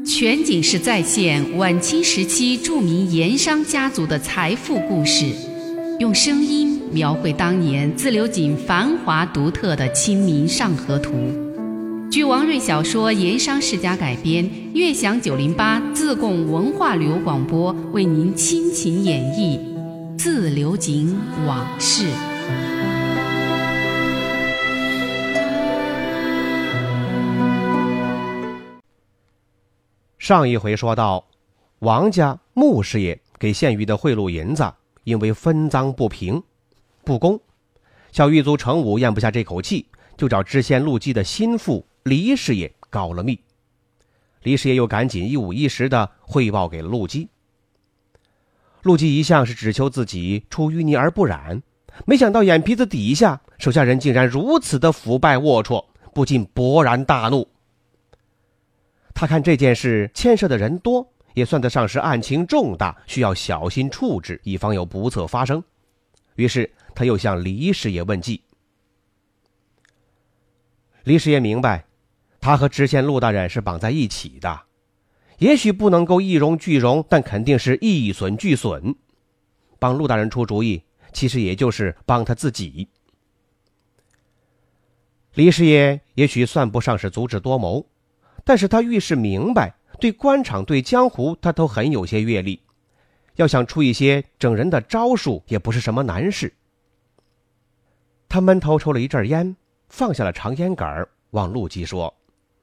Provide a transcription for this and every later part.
全景式再现晚清时期著名盐商家族的财富故事，用声音描绘当年自流井繁华独特的《清明上河图》。据王瑞小说《盐商世家》改编，悦享908自贡文化旅游广播为您倾情演绎自流井往事。 上一回说到，王家穆师爷给县狱的贿赂银子，因为分赃不平不公，小狱卒程武咽不下这口气，就找知县陆基的心腹黎师爷告了密。黎师爷又赶紧一五一十地汇报给了陆基。陆基一向是只求自己出淤泥而不染，没想到眼皮子底下手下人竟然如此的腐败龌龊，不禁勃然大怒。他看这件事牵涉的人多，也算得上是案情重大，需要小心处置，以防有不测发生。于是他又向黎师爷问计。黎师爷明白，他和知县陆大人是绑在一起的，也许不能够一荣俱荣，但肯定是一损俱损。帮陆大人出主意，其实也就是帮他自己。黎师爷也许算不上是足智多谋，但是他遇事明白，对官场对江湖他都很有些阅历，要想出一些整人的招数也不是什么难事。他闷头抽了一阵烟，放下了长烟杆，望陆基说：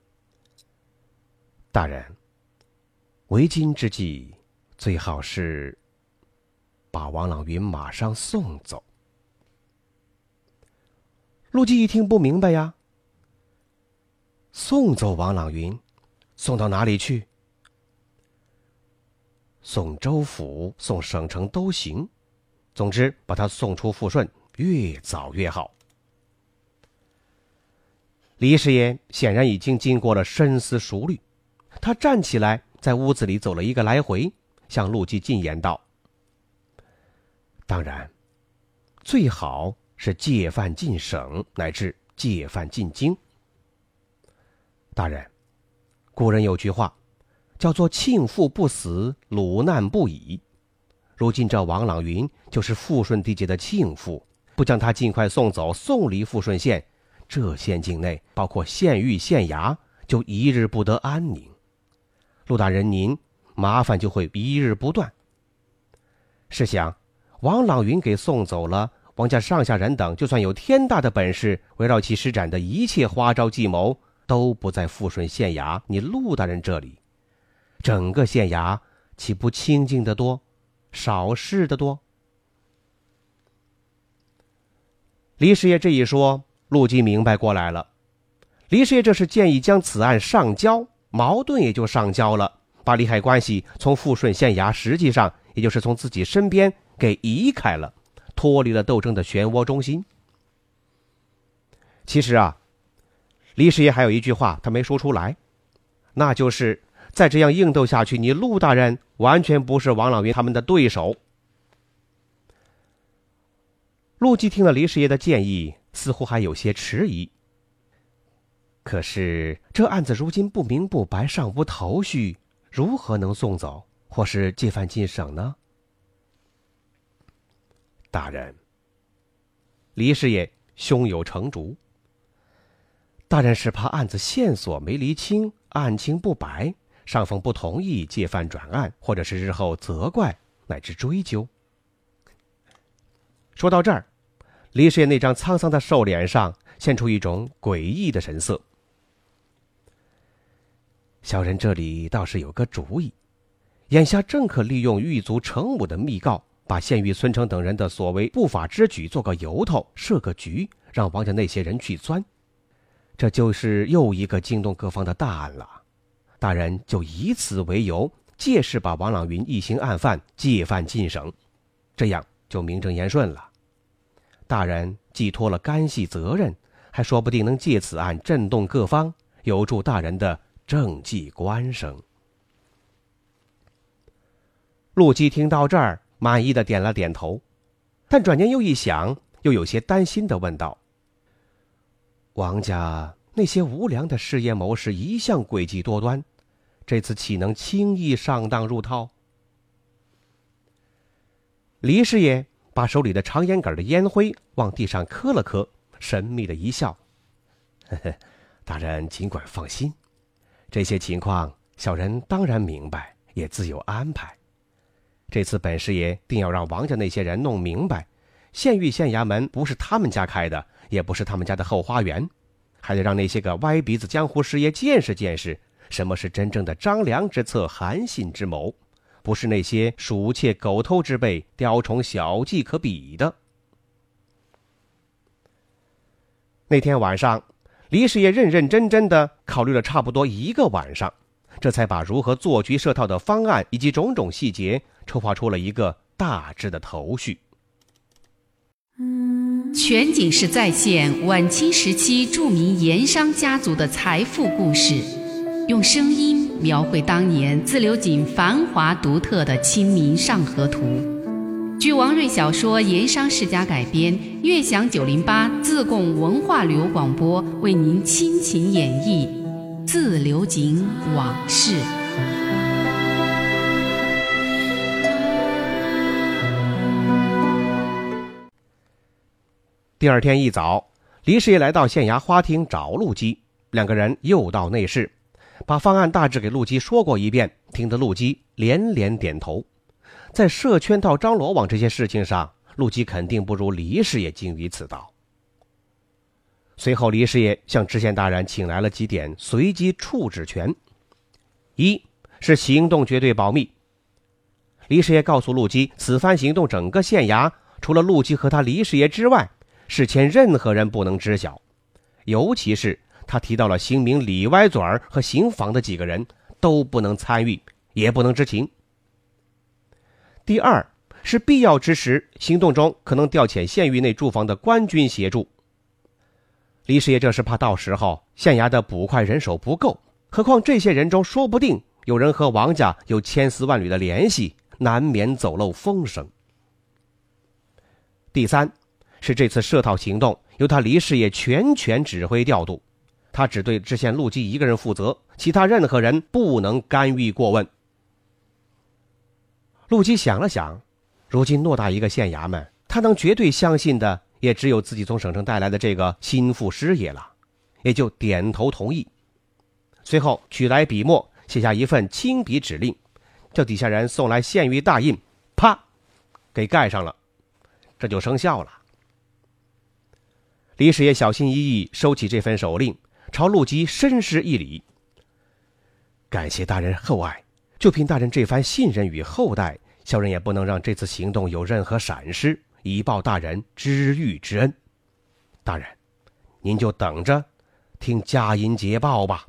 大人，为今之计最好是把王朗云马上送走。陆基一听不明白呀，送走王朗云，送到哪里去？送州府，送省城都行，总之把他送出富顺，越早越好。黎师爷显然已经经过了深思熟虑，他站起来在屋子里走了一个来回，向陆基进言道：当然，最好是借犯进省，乃至借犯进京。大人，古人有句话叫做庆父不死，鲁难不已。如今这王朗云就是富顺地界的庆父，不将他尽快送走，送离富顺县，这县境内包括县狱县衙就一日不得安宁。陆大人您麻烦就会一日不断。试想，王朗云给送走了，王家上下人等就算有天大的本事，围绕其施展的一切花招计谋都不在富顺县衙你陆大人这里，整个县衙岂不清静得多，少事得多？黎师爷这一说，陆基明白过来了。黎师爷这是建议将此案上交，矛盾也就上交了，把利害关系从富顺县衙实际上也就是从自己身边给移开了，脱离了斗争的漩涡中心。其实啊，黎师爷还有一句话他没说出来，那就是再这样硬斗下去，你陆大人完全不是王朗云他们的对手。陆基听了黎师爷的建议，似乎还有些迟疑。可是这案子如今不明不白，尚无头绪，如何能送走或是借犯进省呢？大人，黎师爷胸有成竹，大人是怕案子线索没厘清，案情不白，上峰不同意借犯转案，或者是日后责怪乃至追究。说到这儿，黎师爷那张沧桑的瘦脸上现出一种诡异的神色。小人这里倒是有个主意，眼下正可利用狱卒程武的密告，把县狱孙成等人的所谓不法之举做个由头，设个局，让王家那些人去钻，这就是又一个惊动各方的大案了。大人就以此为由，借势把王朗云一行案犯借犯进省，这样就名正言顺了。大人寄托了干系责任，还说不定能借此案震动各方，有助大人的政绩官声。陆基听到这儿，满意的点了点头，但转念又一想，又有些担心的问道：王家那些无良的事业谋士一向诡计多端， 这次岂能轻易上当入套？李师爷把手里的长烟杆的烟灰往地上磕了磕，神秘的一笑：“呵呵，大人尽管放心，这些情况小人当然明白，也自有安排。这次本师爷定要让王家那些人弄明白，县狱县衙门不是他们家开的，也不是他们家的后花园，还得让那些个歪鼻子江湖师爷见识见识什么是真正的张良之策，韩信之谋，不是那些鼠窃狗偷之辈雕虫小技可比的。”那天晚上，李师爷认认真真地考虑了差不多1个晚上，这才把如何做局设套的方案以及种种细节筹划出了一个大致的头绪。 全景式再现晚清时期著名盐商家族的财富故事，用声音描绘当年自流井繁华独特的《清明上河图》。据王瑞小说《盐商世家》改编，悦享908自贡文化旅游广播为您倾情演绎《自流井往事》。 第二天一早，李师爷来到县衙花厅找陆基，两个人又到内室，把方案大致给陆基说过一遍，听得陆基连连点头。在设圈套张罗网这些事情上，陆基肯定不如李师爷精于此道。随后李师爷向知县大人请来了几点随机处置权。一是行动绝对保密。李师爷告诉陆基，此番行动整个县衙除了陆基和他李师爷之外，事前任何人不能知晓，尤其是他提到了姓名李歪嘴儿和姓房的几个人都不能参与，也不能知情。第二是必要之时，行动中可能调遣县狱内驻防的官军协助。李师爷这是怕到时候县衙的捕快人手不够，何况这些人中说不定有人和王家有千丝万缕的联系，难免走漏风声。第三是这次设套行动由他李师爷全权指挥调度，他只对知县陆基一个人负责，其他任何人不能干预过问。陆基想了想，如今偌大一个县衙门，他能绝对相信的也只有自己从省城带来的这个心腹师爷了，也就点头同意。随后取来笔墨，写下一份亲笔指令，叫底下人送来县狱大印，啪给盖上了，这就生效了。李师爷小心翼翼收起这份手令，朝陆基深施一礼：“感谢大人厚爱，就凭大人这番信任与厚待，小人也不能让这次行动有任何闪失，以报大人知遇之恩。大人，您就等着听佳音捷报吧。”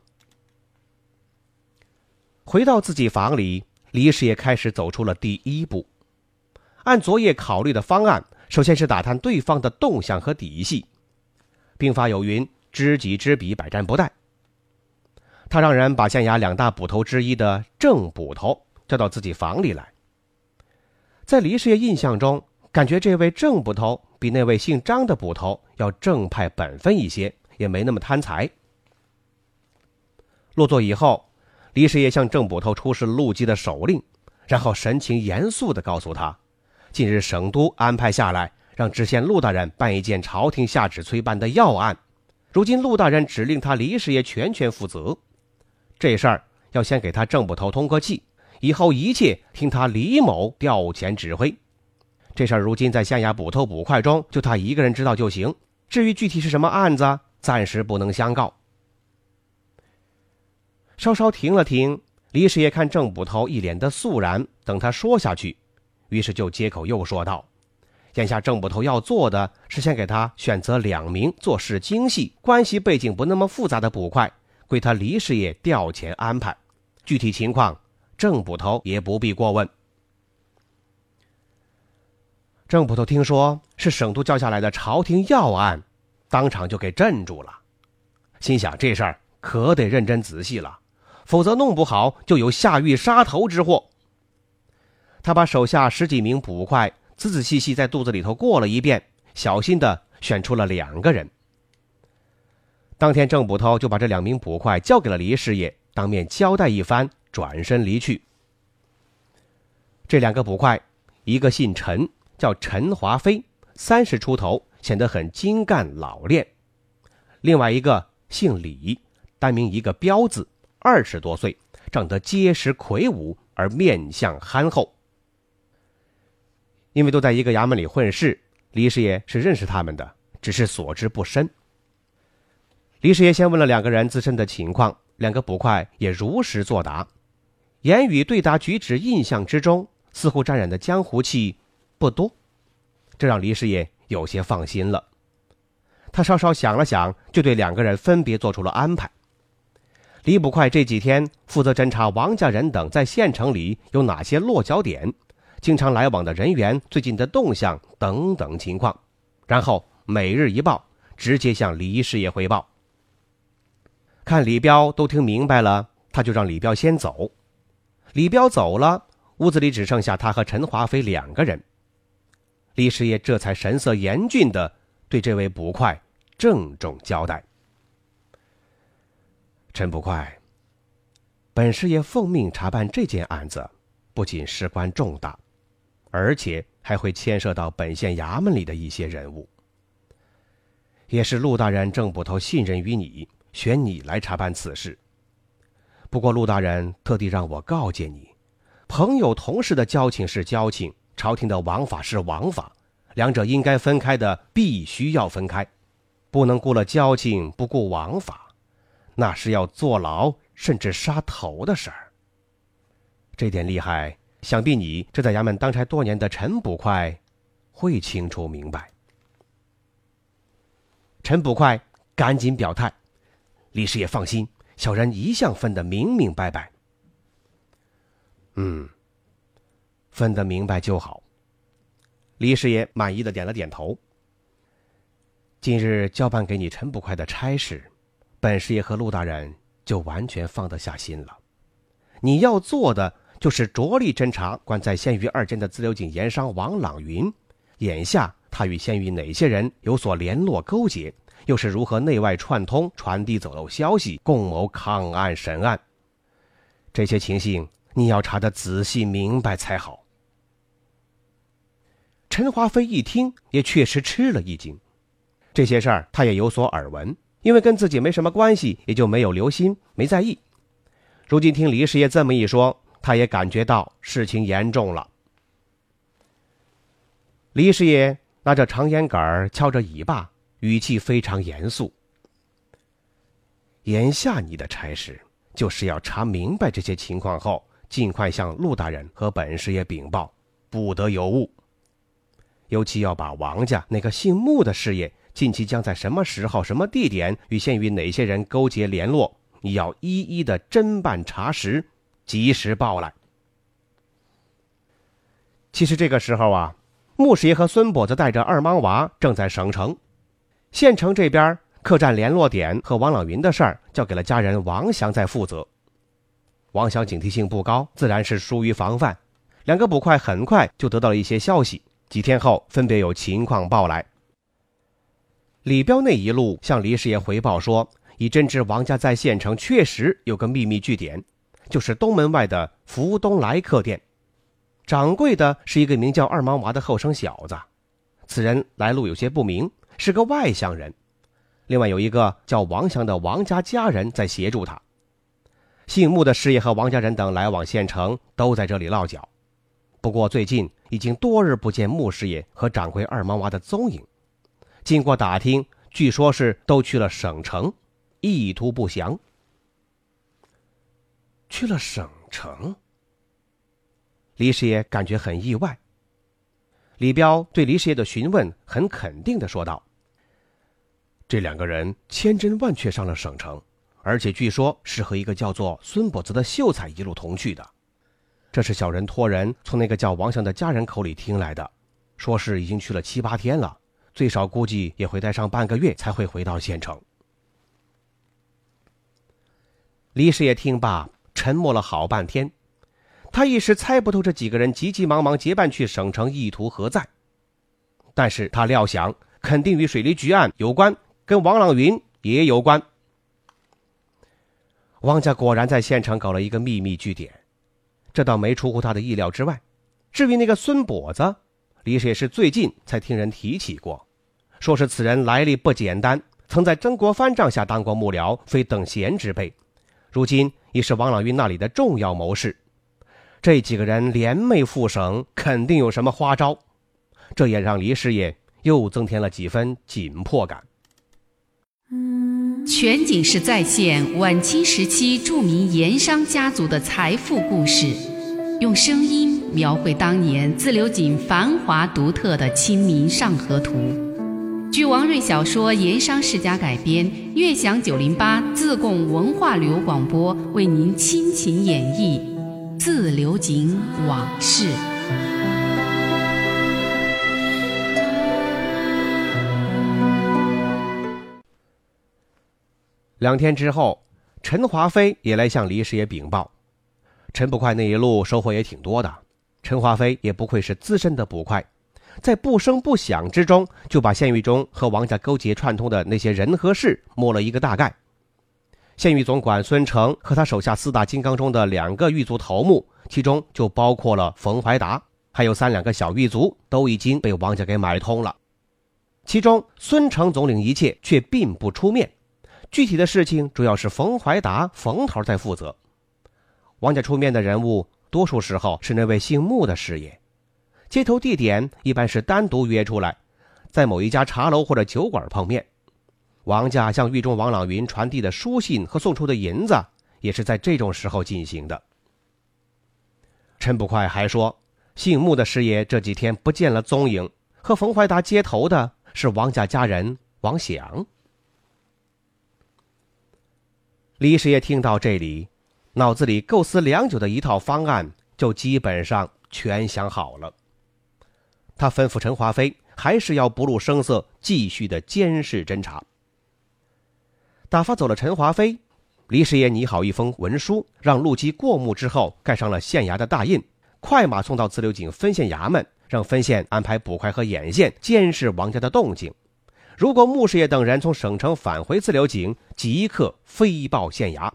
回到自己房里，李师爷开始走出了第一步。按昨夜考虑的方案，首先是打探对方的动向和底细。兵法有云，知己知彼，百战不殆。他让人把县衙2大捕头之一的郑捕头叫到自己房里来。在李师爷印象中，感觉这位郑捕头比那位姓张的捕头要正派本分一些，也没那么贪财。落座以后，李师爷向郑捕头出示了陆基的手令，然后神情严肃地告诉他，近日省督安排下来，让知县陆大人办一件朝廷下旨催办的要案，如今陆大人指令他李师爷全权负责，这事儿要先给他郑捕头通个气，以后一切听他李某调遣指挥。这事儿如今在县衙捕头捕快中，就他一个人知道就行，至于具体是什么案子，暂时不能相告。稍稍停了停，李师爷看郑捕头一脸的肃然，等他说下去，于是就接口又说道：“眼下郑捕头要做的是先给他选择2名做事精细、关系背景不那么复杂的捕快，归他李师爷调遣安排，具体情况郑捕头也不必过问。”郑捕头听说是省督交下来的朝廷要案，当场就给镇住了，心想这事儿可得认真仔细了，否则弄不好就有下狱杀头之祸。他把手下10几名捕快仔仔细细在肚子里头过了一遍，小心地选出了2个人。当天郑捕头就把这2名捕快交给了李师爷，当面交代一番， 转身离去。这两个捕快，一个姓陈，叫陈华飞，30出头，显得很精干老练；另外一个姓李，单名一个彪字，20多岁，长得结实魁梧，而面相憨厚。因为都在一个衙门里混事，李师爷是认识他们的，只是所知不深。李师爷先问了两个人自身的情况，两个捕快也如实作答，言语对答举止印象之中似乎沾染的江湖气不多，这让李师爷有些放心了。他稍稍想了想，就对两个人分别做出了安排。李捕快这几天负责侦查王家人等在县城里有哪些落脚点，经常来往的人员最近的动向等等情况，然后每日一报，直接向李师爷汇报。看李彪都听明白了，他就让李彪先走。李彪走了，屋子里只剩下他和陈华飞两个人。李师爷这才神色严峻地对这位捕快郑重交代：陈捕快，本师爷奉命查办这件案子，不仅事关重大，而且还会牵涉到本县衙门里的一些人物。也是陆大人郑捕头信任于你，选你来查办此事。不过陆大人特地让我告诫你，朋友同事的交情是交情，朝廷的王法是王法，两者应该分开的必须要分开，不能顾了交情不顾王法，那是要坐牢甚至杀头的事儿。这点厉害，想必你这在衙门当差多年的陈捕快会清楚明白。陈捕快赶紧表态：李师爷放心，小人一向分得明明白白。分得明白就好。李师爷满意的点了点头。今日交办给你陈捕快的差事，本师爷和陆大人就完全放得下心了。你要做的就是着力侦查关在县域2间的自流井盐商王朗云，眼下他与县域哪些人有所联络勾结，又是如何内外串通，传递走漏消息，共谋抗案审案。这些情形你要查得仔细明白才好。陈华飞一听也确实吃了一惊，这些事儿他也有所耳闻，因为跟自己没什么关系，也就没有留心，没在意。如今听李师爷这么一说，他也感觉到事情严重了。李师爷拿着长烟杆敲着尾巴，语气非常严肃：眼下你的差事就是要查明白这些情况后，尽快向陆大人和本师爷禀报，不得有误。尤其要把王家那个姓穆的事业近期将在什么时候什么地点与县域哪些人勾结联络，你要一一的侦办查实，及时报来。其实这个时候啊，穆师爷和孙跛子带着二莽娃正在省城。县城这边客栈联络点和王朗云的事儿交给了家人王祥在负责。王祥警惕性不高，自然是疏于防范。两个捕快很快就得到了一些消息，几天后分别有情况报来。李彪那一路向李师爷回报说，已侦知王家在县城确实有个秘密据点，就是东门外的福东来客店。掌柜的是一个名叫二莽娃的后生小子，此人来路有些不明，是个外乡人。另外有一个叫王祥的王家家人在协助他。姓穆的师爷和王家人等来往县城，都在这里落脚。不过最近已经多日不见穆师爷和掌柜二莽娃的踪影，经过打听，据说是都去了省城，意图不详。去了省城？李师爷感觉很意外。李彪对李师爷的询问很肯定地说道：这两个人千真万确上了省城，而且据说是和一个叫做孙跛子的秀才一路同去的。这是小人托人从那个叫王祥的家人口里听来的，说是已经去了7、8天了，最少估计也会待上半个月才会回到县城。李师爷听罢沉默了好半天，他一时猜不透这几个人急急忙忙结伴去省城意图何在，但是他料想肯定与水利局案有关，跟王朗云也有关。 王家果然在县城搞了一个秘密据点，这倒没出乎他的意料之外。至于那个孙跛子，李师爷是最近才听人提起过，说是此人来历不简单，曾在曾国藩帐下当过幕僚，非等闲之辈，如今已是王朗云那里的重要谋士。这几个人联袂赴省，肯定有什么花招，这也让李师爷又增添了几分紧迫感。 全景式再现晚清时期著名盐商家族的财富故事，用声音描绘当年自流井繁华独特的《清明上河图》。据王瑞小说《盐商世家》改编，悦享908自贡文化旅游广播为您倾情演绎自流井往事。 2天之后，陈华飞也来向李师爷禀报，陈捕快那一路收获也挺多的。陈华飞也不愧是资深的捕快，在不声不响之中就把县狱中和王家勾结串通的那些人和事摸了一个大概。县狱总管孙成和他手下4大金刚中的2个狱卒头目，其中就包括了冯怀达，还有3、2个小狱卒都已经被王家给买通了。其中孙成总领一切，却并不出面，具体的事情主要是冯怀达、冯头在负责。王家出面的人物多数时候是那位姓穆的师爷，接头地点一般是单独约出来，在某一家茶楼或者酒馆碰面。王家向狱中王朗云传递的书信和送出的银子也是在这种时候进行的。陈捕快还说，姓穆的师爷这几天不见了踪影，和冯怀达接头的是王家家人王祥。李师爷听到这里，脑子里构思良久的一套方案就基本上全想好了。他吩咐陈华飞还是要不露声色，继续的监视侦查。打发走了陈华飞，李师爷拟好一封文书，让陆基过目之后盖上了县衙的大印，快马送到自流井分县衙门，让分县安排捕快和眼线监视王家的动静。如果穆师爷等人从省城返回自流井，即刻飞报县衙。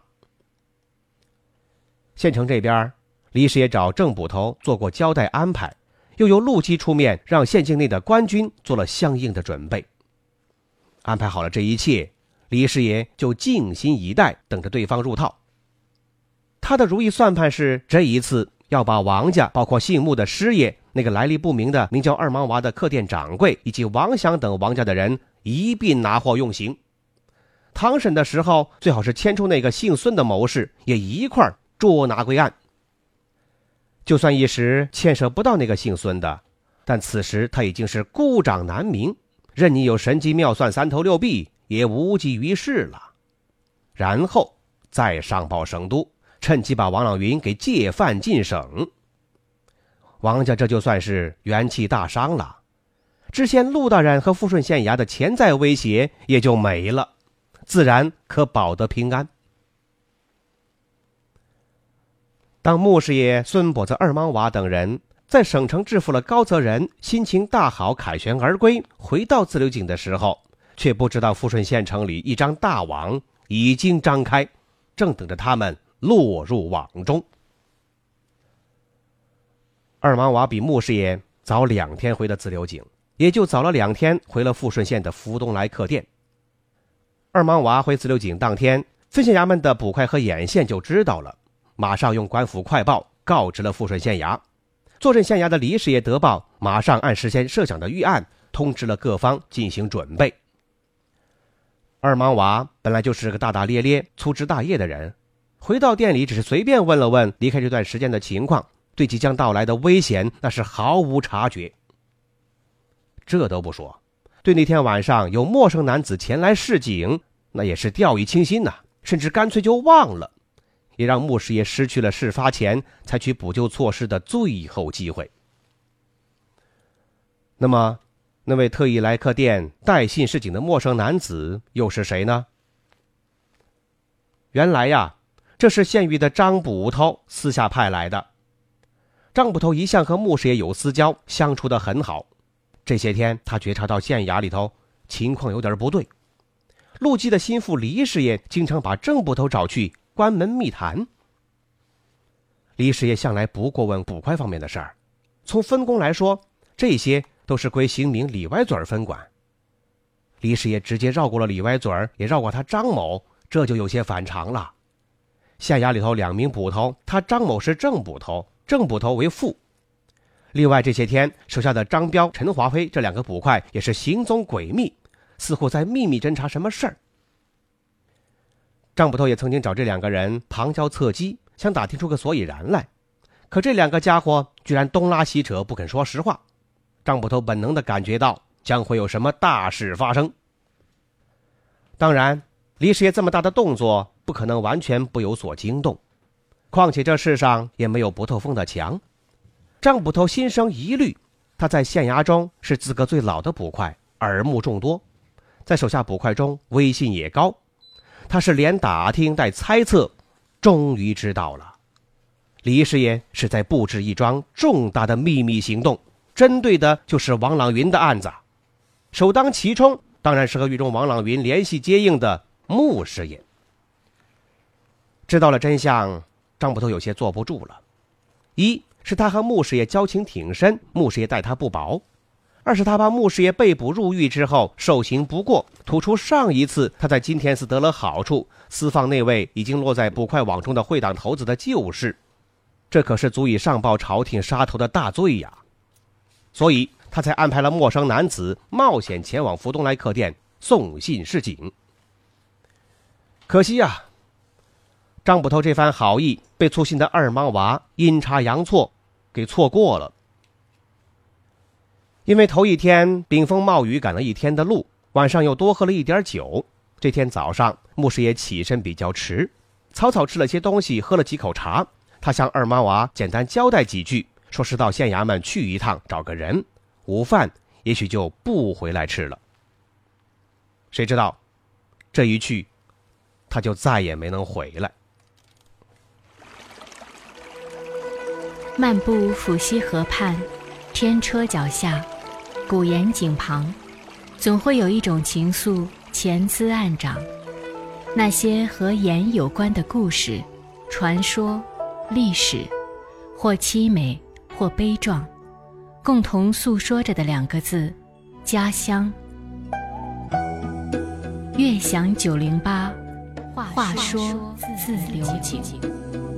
县城这边，李师爷找郑捕头做过交代安排，又由陆基出面让县境内的官军做了相应的准备。安排好了这一切，李师爷就静心以待，等着对方入套。他的如意算盘是，这一次要把王家包括姓穆的师爷，那个来历不明的名叫二芒娃的客店掌柜，以及王祥等王家的人一并拿获用刑。堂审的时候，最好是牵出那个姓孙的谋士也一块捉拿归案。就算一时牵涉不到那个姓孙的，但此时他已经是孤掌难鸣，任你有神机妙算3头6臂也无济于事了。然后再上报省都，趁机把王朗云给借犯进省。王家这就算是元气大伤了，知县陆大人和富顺县衙的潜在威胁也就没了，自然可保得平安。当穆师爷、孙跛子、二芒娃等人在省城制服了高泽仁，心情大好，凯旋而归，回到自流井的时候，却不知道富顺县城里一张大网已经张开，正等着他们落入网中。二芒娃比穆师爷早2天回的自流井，也就早了2天回了富顺县的福东来客店。二芒娃回自流井当天，分县衙门的捕快和眼线就知道了，马上用官府快报告知了富顺县衙。坐镇县衙的李师爷得报，马上按事先设想的预案通知了各方进行准备。二芒娃本来就是个大大咧咧、粗枝大叶的人，回到店里只是随便问了问离开这段时间的情况，对即将到来的危险那是毫无察觉。这都不说，对那天晚上有陌生男子前来示警，那也是掉以轻心呐，甚至干脆就忘了，也让穆师爷失去了事发前采取补救措施的最后机会。那么那位特意来客店带信示警的陌生男子又是谁呢？原来呀，这是县狱的张捕头私下派来的。张捕头一向和穆师爷有私交，相处得很好。这些天他觉察到县衙里头情况有点不对，陆基的心腹李师爷经常把郑捕头找去关门密谈。李师爷向来不过问捕快方面的事儿，从分工来说，这些都是归刑名李歪嘴儿分管。李师爷直接绕过了李歪嘴儿，也绕过他张某，这就有些反常了。县衙里头2名捕头，他张某是正捕头，正捕头为副。另外这些天手下的张彪、陈华飞这2个捕快也是行踪诡秘，似乎在秘密侦查什么事儿。张捕头也曾经找这2个人旁敲侧击，想打听出个所以然来，可这2个家伙居然东拉西扯，不肯说实话。张捕头本能地感觉到将会有什么大事发生。当然，李师爷这么大的动作不可能完全不有所惊动，况且这世上也没有不透风的墙。张捕头心生疑虑，他在县衙中是资格最老的捕快，耳目众多，在手下捕快中威信也高。他是连打听带猜测，终于知道了李师爷是在布置一桩重大的秘密行动，针对的就是王朗云的案子。首当其冲当然是和狱中王朗云联系接应的穆师爷。知道了真相，张捕头有些坐不住了。一是他和穆师爷交情挺深，穆师爷待他不薄；二是他怕穆师爷被捕入狱之后受刑不过，吐出上一次他在金田寺得了好处，私放那位已经落在捕快网中的会党头子的旧事，这可是足以上报朝廷杀头的大罪呀。所以他才安排了陌生男子冒险前往福东来客店送信示警。可惜呀，张捕头这番好意被粗心的二莽娃阴差阳错给错过了。因为头一天冰风冒雨赶了一天的路，晚上又多喝了一点酒，这天早上穆师爷起身比较迟，草草吃了些东西，喝了几口茶。他向二莽娃简单交代几句，说是到县衙门去一趟找个人，午饭也许就不回来吃了。谁知道这一去他就再也没能回来。 漫步抚溪河畔，天车脚下，古岩井旁，总会有一种情愫潜滋暗长。那些和盐有关的故事、传说、历史，或凄美，或悲壮，共同诉说着的2个字：家乡。悦享908，话说自流井。